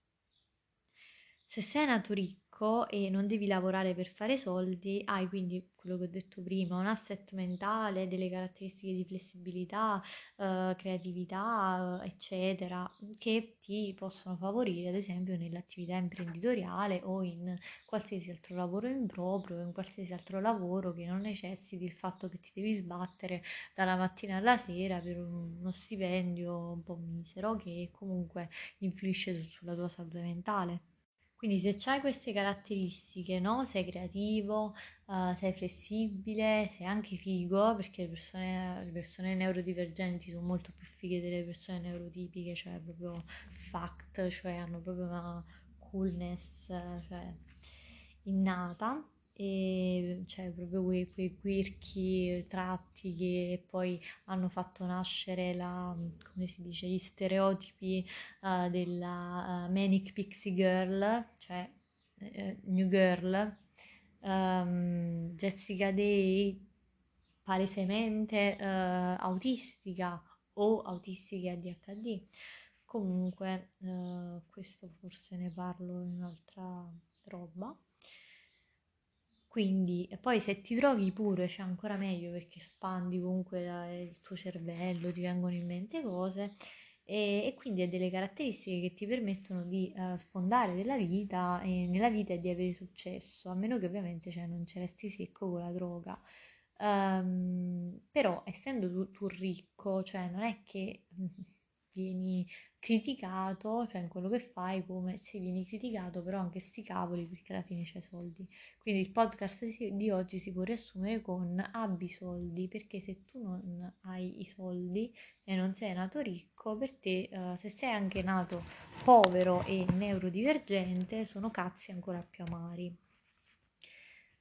Se sei nato ricco e non devi lavorare per fare soldi, hai quindi quello che ho detto prima, un asset mentale, delle caratteristiche di flessibilità, eh, creatività, eh, eccetera, che ti possono favorire, ad esempio, nell'attività imprenditoriale o in qualsiasi altro lavoro in proprio, in qualsiasi altro lavoro che non necessiti il fatto che ti devi sbattere dalla mattina alla sera per uno stipendio un po' misero che comunque influisce sulla tua salute mentale. Quindi se hai queste caratteristiche, no? Sei creativo, eh, sei flessibile, sei anche figo, perché le persone, le persone neurodivergenti sono molto più fighe delle persone neurotipiche, cioè proprio fact, cioè hanno proprio una coolness, eh, cioè, innata, e cioè proprio quei, quei quirky tratti che poi hanno fatto nascere la, come si dice, gli stereotipi uh, della uh, Manic Pixie Girl, cioè uh, New Girl, um, Jessica Day, palesemente uh, autistica o autistica A D H D. Comunque, uh, questo forse ne parlo in un'altra roba. Quindi, e poi se ti droghi pure c'è ancora meglio perché spandi comunque la- il tuo cervello, ti vengono in mente cose, e, e quindi ha delle caratteristiche che ti permettono di eh, sfondare della vita e nella vita e di avere successo, a meno che ovviamente cioè, non ce resti secco con la droga. Ehm, però essendo tu, tu ricco, cioè non è che mm, vieni criticato, cioè in quello che fai, come se vieni criticato, però anche sti cavoli perché alla fine c'hai soldi. Quindi il podcast di di oggi si può riassumere con abbi i soldi, perché se tu non hai i soldi e non sei nato ricco, per te, eh, se sei anche nato povero e neurodivergente, sono cazzi ancora più amari.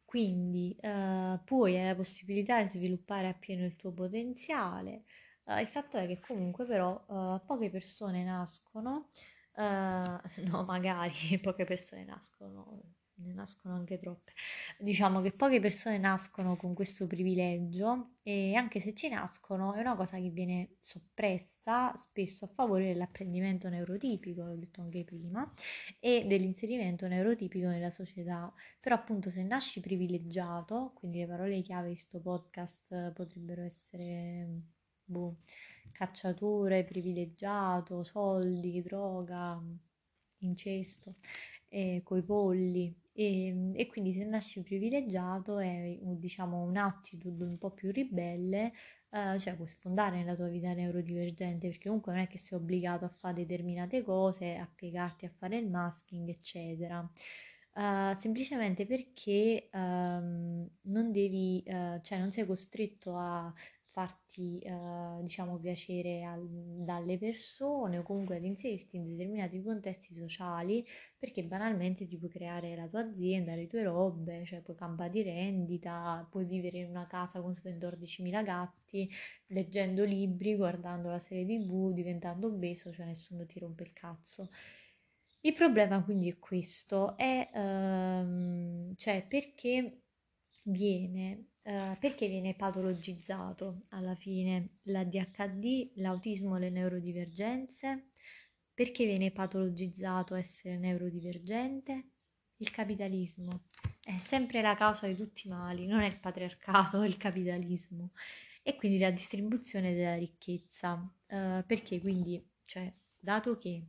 quindi eh, poi hai la possibilità di sviluppare appieno il tuo potenziale. Eh, il fatto è che comunque però eh, poche persone nascono, eh, no magari poche persone nascono, ne nascono anche troppe. Diciamo che poche persone nascono con questo privilegio e anche se ci nascono è una cosa che viene soppressa spesso a favore dell'apprendimento neurotipico, l'ho detto anche prima, e dell'inserimento neurotipico nella società. Però appunto se nasci privilegiato, quindi le parole chiave di sto podcast eh, potrebbero essere boh, cacciatore, privilegiato, soldi, droga, incesto, eh, coi polli. E, e quindi se nasci privilegiato è diciamo un'attitude un po' più ribelle, eh, cioè puoi sfondare nella tua vita neurodivergente perché comunque non è che sei obbligato a fare determinate cose, a piegarti a fare il masking, eccetera. Uh, semplicemente perché ehm, non devi, eh, cioè non sei costretto a farti, eh, diciamo, piacere al- dalle persone o comunque ad inserirti in determinati contesti sociali perché banalmente ti puoi creare la tua azienda, le tue robe, cioè puoi campare di rendita, puoi vivere in una casa con quattordicimila gatti, leggendo libri, guardando la serie ti vu, diventando obeso, cioè nessuno ti rompe il cazzo. Il problema quindi è questo, è ehm, cioè perché viene, eh, perché viene patologizzato alla fine l'A D H D, l'autismo e le neurodivergenze? Perché viene patologizzato essere neurodivergente? Il capitalismo è sempre la causa di tutti i mali, non è il patriarcato, è il capitalismo. E quindi la distribuzione della ricchezza. Eh, perché quindi, cioè, dato che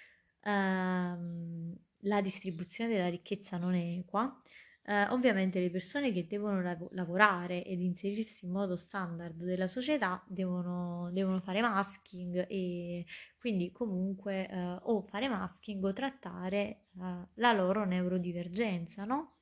ehm, la distribuzione della ricchezza non è equa, eh, ovviamente le persone che devono lav- lavorare ed inserirsi in modo standard della società devono, devono fare masking e quindi comunque eh, o fare masking o trattare eh, la loro neurodivergenza, no?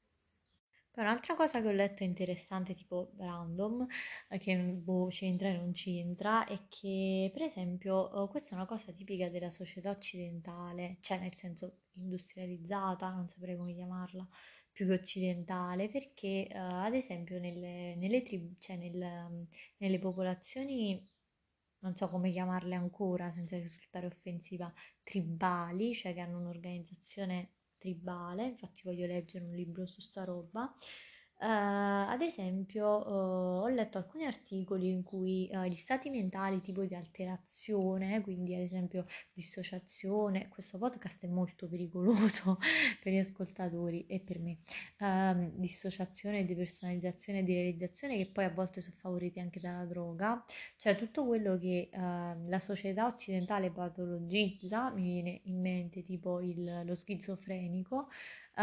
Poi un'altra cosa che ho letto interessante, tipo random, eh, che boh, c'entra e non c'entra, è che per esempio eh, questa è una cosa tipica della società occidentale, cioè nel senso industrializzata, non saprei come chiamarla, più che occidentale, perché eh, ad esempio nelle, nelle, trib- cioè nel- nelle popolazioni, non so come chiamarle ancora senza risultare offensiva, tribali, cioè che hanno un'organizzazione tribale, infatti voglio leggere un libro su sta roba. Eh, ad esempio, eh, ho letto alcuni articoli in cui eh, gli stati mentali tipo di alterazione, quindi ad esempio dissociazione, questo podcast è molto pericoloso per gli ascoltatori e per me, ehm, dissociazione, depersonalizzazione e derealizzazione che poi a volte sono favoriti anche dalla droga, cioè tutto quello che eh, la società occidentale patologizza, mi viene in mente tipo il- lo schizofrenico, eh,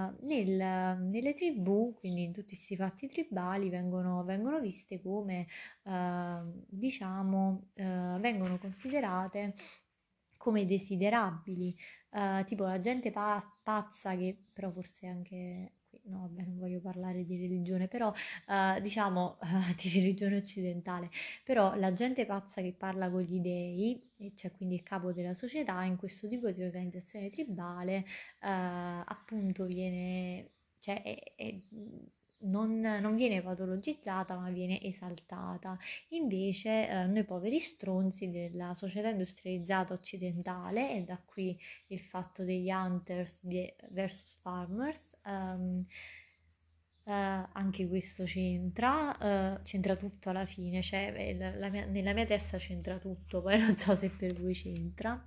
nel- nelle tribù, quindi in tutti questi fatti tribali, vengono, vengono viste come, eh, diciamo, eh, vengono considerate come desiderabili, eh, tipo la gente pa- pazza che però forse anche qui, no, vabbè, non voglio parlare di religione, però eh, diciamo eh, di religione occidentale, però la gente pazza che parla con gli dei, e cioè quindi il capo della società, in questo tipo di organizzazione tribale, eh, appunto viene, cioè è- è- non, non viene patologizzata ma viene esaltata. Invece eh, noi poveri stronzi della società industrializzata occidentale, e da qui il fatto degli hunters di- versus farmers, ehm, eh, anche questo c'entra, eh, c'entra tutto alla fine, cioè eh, la- la mia- nella mia testa c'entra tutto, poi non so se per voi c'entra.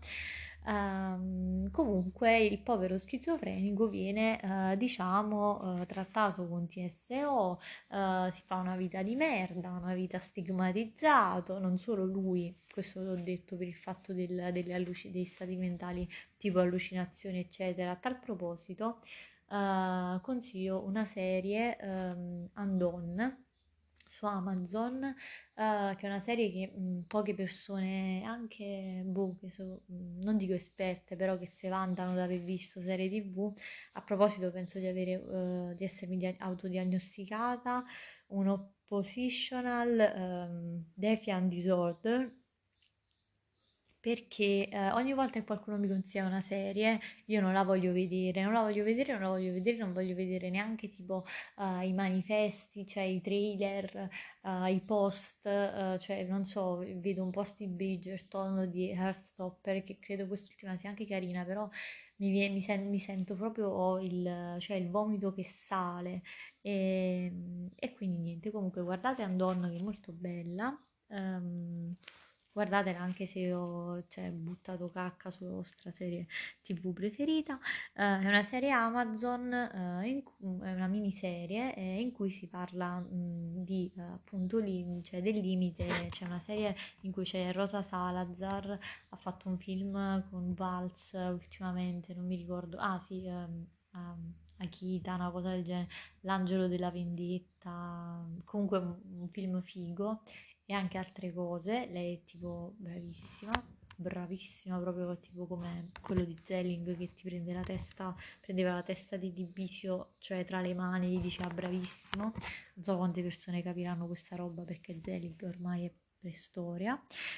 Ehm, comunque il povero schizofrenico viene, eh, diciamo, eh, trattato con T S O, eh, si fa una vita di merda, una vita stigmatizzato, non solo lui, questo l'ho detto per il fatto del- delle alluci- dei stati mentali tipo allucinazioni, eccetera. A tal proposito, eh, consiglio una serie, ehm, Undone su Amazon, eh, che è una serie che mh, poche persone, anche boh, che so, mh, non dico esperte, però che si vantano di aver visto serie ti vu. A proposito, penso di avere, eh, di essermi dia- autodiagnosticata un oppositional ehm, defiant disorder, perché eh, ogni volta che qualcuno mi consiglia una serie, io non la voglio vedere, non la voglio vedere, non la voglio vedere, non voglio vedere neanche tipo eh, i manifesti, cioè i trailer, eh, i post, eh, cioè non so, vedo un post di Bridgerton, di Heartstopper, che credo quest'ultima sia anche carina, però mi, vie- mi, sen- mi sento proprio il, cioè, il vomito che sale. E, e quindi niente, comunque guardate Andonna che è molto bella. Ehm, guardatela anche se ho cioè, buttato cacca sulla vostra serie T V preferita. Eh, è una serie Amazon, eh, in cui- è una miniserie eh, in cui si parla mh, di eh, appunto lim- cioè, del limite. C'è una serie in cui c'è Rosa Salazar, ha fatto un film con Valls ultimamente, non mi ricordo. Ah sì, ehm, ehm, Akita, una cosa del genere, L'angelo della vendetta, comunque un, un film figo e anche altre cose. Lei è tipo bravissima, bravissima proprio tipo come quello di Zelig che ti prende la testa, prendeva la testa di Dibisio, cioè tra le mani, gli diceva bravissimo. Non so quante persone capiranno questa roba perché Zelig ormai è preistoria.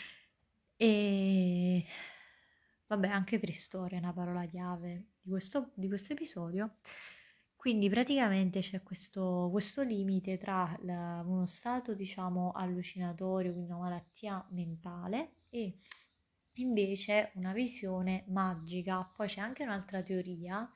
E vabbè, anche preistoria è una parola chiave di questo, di questo episodio. Quindi praticamente c'è questo, questo limite tra la- uno stato, diciamo, allucinatorio, quindi una malattia mentale, e invece una visione magica. Poi c'è anche un'altra teoria,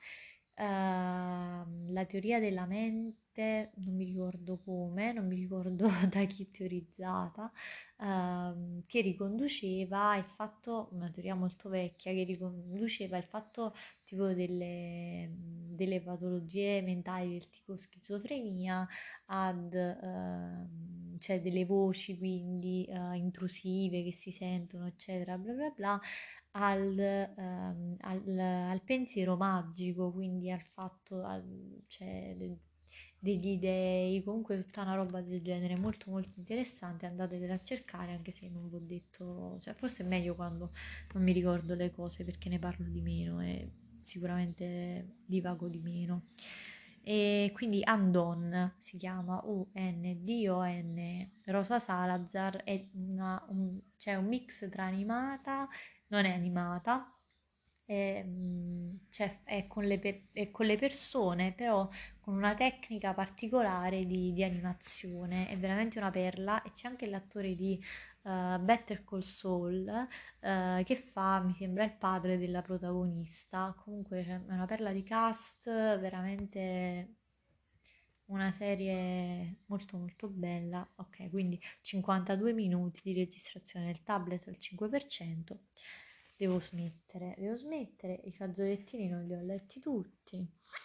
ehm, la teoria della mente, non mi ricordo come, non mi ricordo da chi è teorizzata, ehm, che riconduceva il fatto, una teoria molto vecchia, che riconduceva il fatto tipo delle, delle patologie mentali del tipo schizofrenia ad ehm, cioè delle voci quindi eh, intrusive che si sentono eccetera bla bla bla al, ehm, al, al pensiero magico, quindi al fatto al- cioè, de- degli dei, comunque tutta una roba del genere molto molto interessante. Andatevela a cercare anche se non vi ho detto, cioè forse è meglio quando non mi ricordo le cose perché ne parlo di meno e sicuramente divago di meno. E quindi Andon si chiama U N D O N. Rosa Salazar è una, un, cioè un mix tra animata, non è animata, è, mm, cioè, è con le, pe- è con le persone, però con una tecnica particolare di, di animazione. È veramente una perla. E c'è anche l'attore di eh, Better Call Saul eh, che fa, mi sembra, il padre della protagonista. Comunque cioè, è una perla di cast, veramente una serie molto molto bella. Ok, quindi cinquantadue minuti di registrazione del tablet al cinque per cento. Devo smettere, devo smettere. I fazzolettini non li ho letti tutti.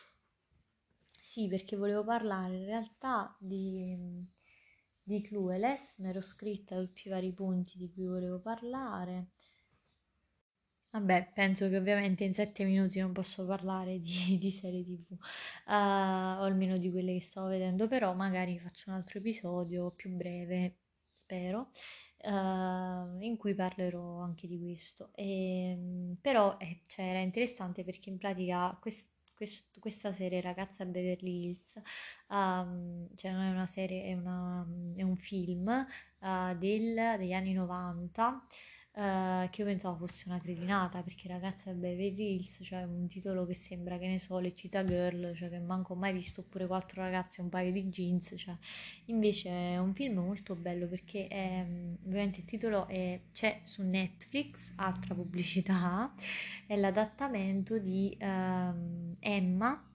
Sì, perché volevo parlare in realtà di, di Clueless, mi ero scritta tutti i vari punti di cui volevo parlare. Vabbè, penso che ovviamente in sette minuti non posso parlare di, di serie T V, eh, o almeno di quelle che stavo vedendo, però magari faccio un altro episodio più breve, spero, eh, in cui parlerò anche di questo. E, però eh, cioè, era interessante perché in pratica quest- quest- questa serie Ragazza a Beverly Hills, ehm, cioè non è una serie, è, una- è un film eh, del- degli anni novanta, eh, che io pensavo fosse una cretinata perché Ragazza da Beverly Hills, cioè un titolo che sembra, che ne so, le Cheetah Girl, cioè che manco ho mai visto, oppure quattro ragazze e un paio di jeans, cioè invece è un film molto bello perché è, ovviamente il titolo è, c'è su Netflix, altra pubblicità, è l'adattamento di ehm, Emma,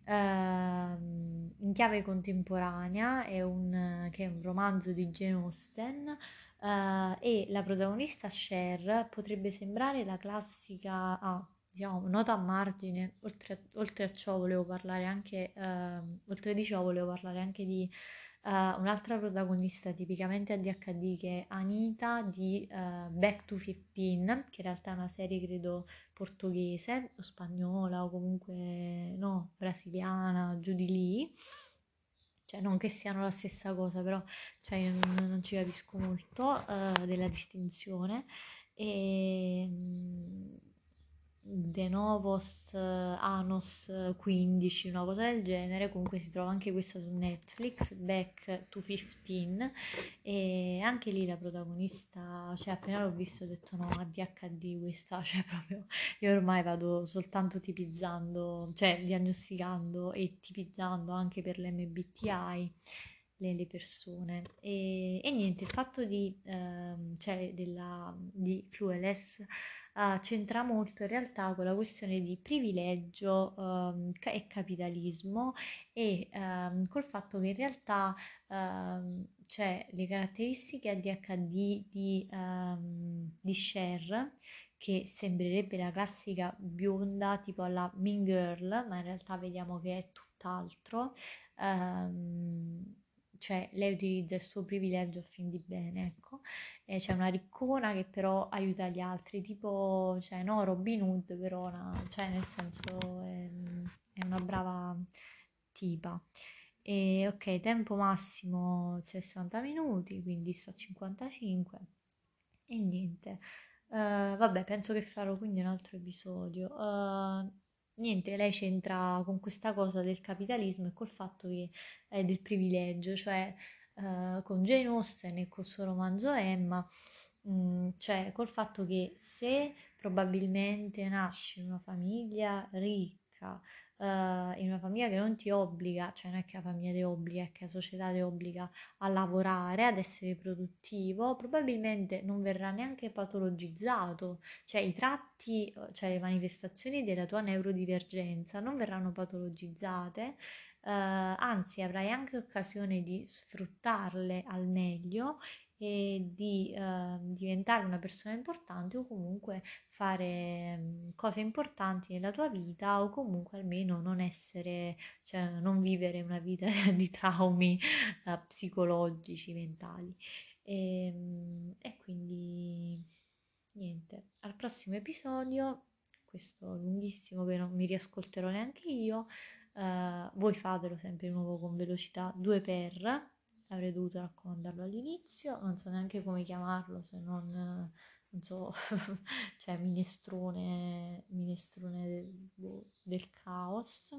ehm, in chiave contemporanea, è un, che è un romanzo di Jane Austen. Eh, e la protagonista Cher potrebbe sembrare la classica, ah, diciamo, nota a margine. Oltre a, oltre a ciò volevo parlare anche, ehm, oltre di ciò volevo parlare anche di eh, un'altra protagonista tipicamente A D H D, che è Anita di eh, Back to quindici, che in realtà è una serie credo portoghese o spagnola o comunque no, brasiliana, giù di lì. Cioè non che siano la stessa cosa, però cioè, io non, non ci capisco molto eh, della distinzione. E, De Novos, eh, Anos quindici, una cosa del genere. Comunque si trova anche questa su Netflix, Back to quindici, e anche lì la protagonista, cioè appena l'ho visto ho detto no, A D H D questa, cioè proprio io ormai vado soltanto tipizzando, cioè diagnosticando e tipizzando anche per l'M B T I le, le persone. E, e niente, il fatto di, ehm, cioè della, di Clueless eh, c'entra molto in realtà con la questione di privilegio ehm, ca- e capitalismo, e ehm, col fatto che in realtà ehm, cioè, le caratteristiche A D H D di, ehm, di Cher, che sembrerebbe la classica bionda tipo alla Mean Girl, ma in realtà vediamo che è tutt'altro. ehm, cioè lei utilizza il suo privilegio a fin di bene, ecco. E c'è una riccona che però aiuta gli altri, tipo, cioè, no, Robin Hood, però, una- cioè, nel senso, è, è una brava tipa. E ok, tempo massimo sessanta minuti, quindi sto a cinquantacinque. E niente. Eh, vabbè, penso che farò quindi un altro episodio. Eh, niente, lei c'entra con questa cosa del capitalismo e col fatto che è del privilegio, cioè eh, con Jane Austen e col suo romanzo Emma, mh, cioè col fatto che se probabilmente nasci in una famiglia ricca, eh, in una famiglia che non ti obbliga, cioè non è che la famiglia ti obbliga, è che la società ti obbliga a lavorare, ad essere produttivo, probabilmente non verrà neanche patologizzato, cioè i tratti, cioè le manifestazioni della tua neurodivergenza non verranno patologizzate, eh, anzi avrai anche occasione di sfruttarle al meglio e di eh, diventare una persona importante, o comunque fare mm, cose importanti nella tua vita, o comunque almeno non essere, cioè non vivere una vita di traumi eh, psicologici, mentali. E, e quindi niente, al prossimo episodio, questo lunghissimo che non mi riascolterò neanche io, eh, voi fatelo sempre di nuovo con velocità due per, avrei dovuto raccomandarlo all'inizio, non so neanche come chiamarlo se non, eh, non so, cioè minestrone, minestrone del, boh, del caos.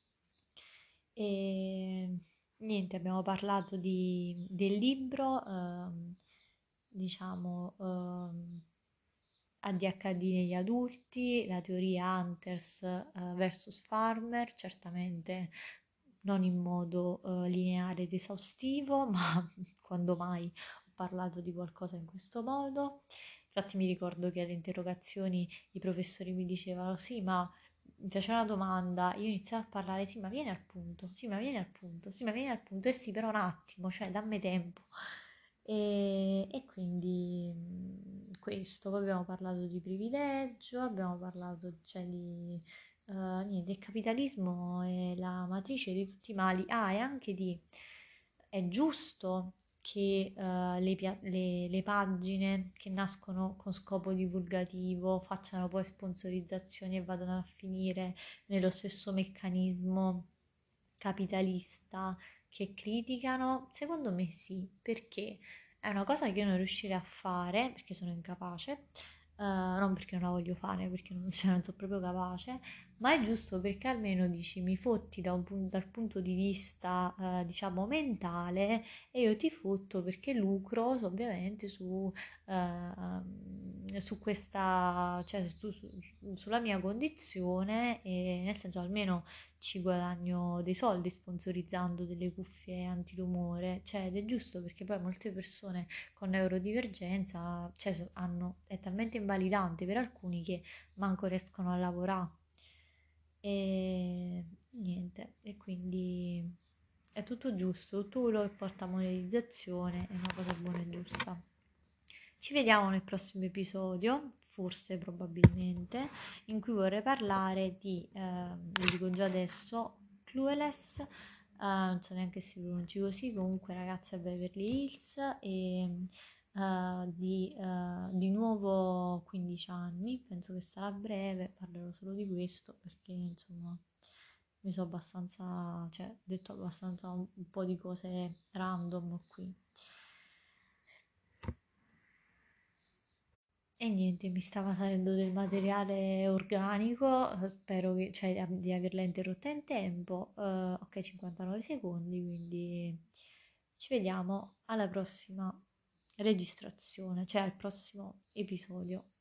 E niente, abbiamo parlato di, del libro, ehm, diciamo, ehm, A D H D negli adulti, la teoria Hunters eh, versus Farmer, certamente non in modo eh, lineare ed esaustivo, ma quando mai ho parlato di qualcosa in questo modo. Infatti mi ricordo che alle interrogazioni i professori mi dicevano sì, ma mi faceva una domanda, io iniziavo a parlare, sì, ma vieni al punto, sì, ma vieni al punto, sì, ma vieni al punto, e sì, però un attimo, cioè dammi tempo. E, e quindi mh, questo, poi abbiamo parlato di privilegio, abbiamo parlato, cioè, di eh, niente, del capitalismo è la matrice di tutti i mali. Ah, e anche di è giusto che eh, le, pia- le- le pagine che nascono con scopo divulgativo facciano poi sponsorizzazioni e vadano a finire nello stesso meccanismo capitalista che criticano? Secondo me sì, perché è una cosa che io non riuscirei a fare perché sono incapace, eh, non perché non la voglio fare, perché non, cioè, non sono proprio capace, ma è giusto perché almeno dici mi fotti da un pun- dal punto di vista, eh, diciamo, mentale, e io ti fotto perché lucro ovviamente su, eh, su questa, cioè su- su- sulla mia condizione, e nel senso almeno ci guadagno dei soldi sponsorizzando delle cuffie antirumore, cioè ed è giusto perché poi molte persone con neurodivergenza, cioè, so- hanno, è talmente invalidante per alcuni che manco riescono a lavorare. E niente, e quindi è tutto giusto, tutto quello che porta a monetizzazione è una cosa buona e giusta. Ci vediamo nel prossimo episodio, forse probabilmente, in cui vorrei parlare di, eh, lo dico già adesso, Clueless, eh, non so neanche se si pronunci così, comunque ragazza a Beverly Hills, e eh, di, eh, di nuovo quindici anni, penso che sarà breve, parlerò solo di questo perché insomma mi sono abbastanza, cioè ho detto abbastanza un, un po' di cose random qui. E niente, mi stava salendo del materiale organico, eh, spero che, cioè, di di averla interrotta in tempo. Eh, ok, cinquantanove secondi, quindi ci vediamo alla prossima registrazione, cioè al prossimo episodio.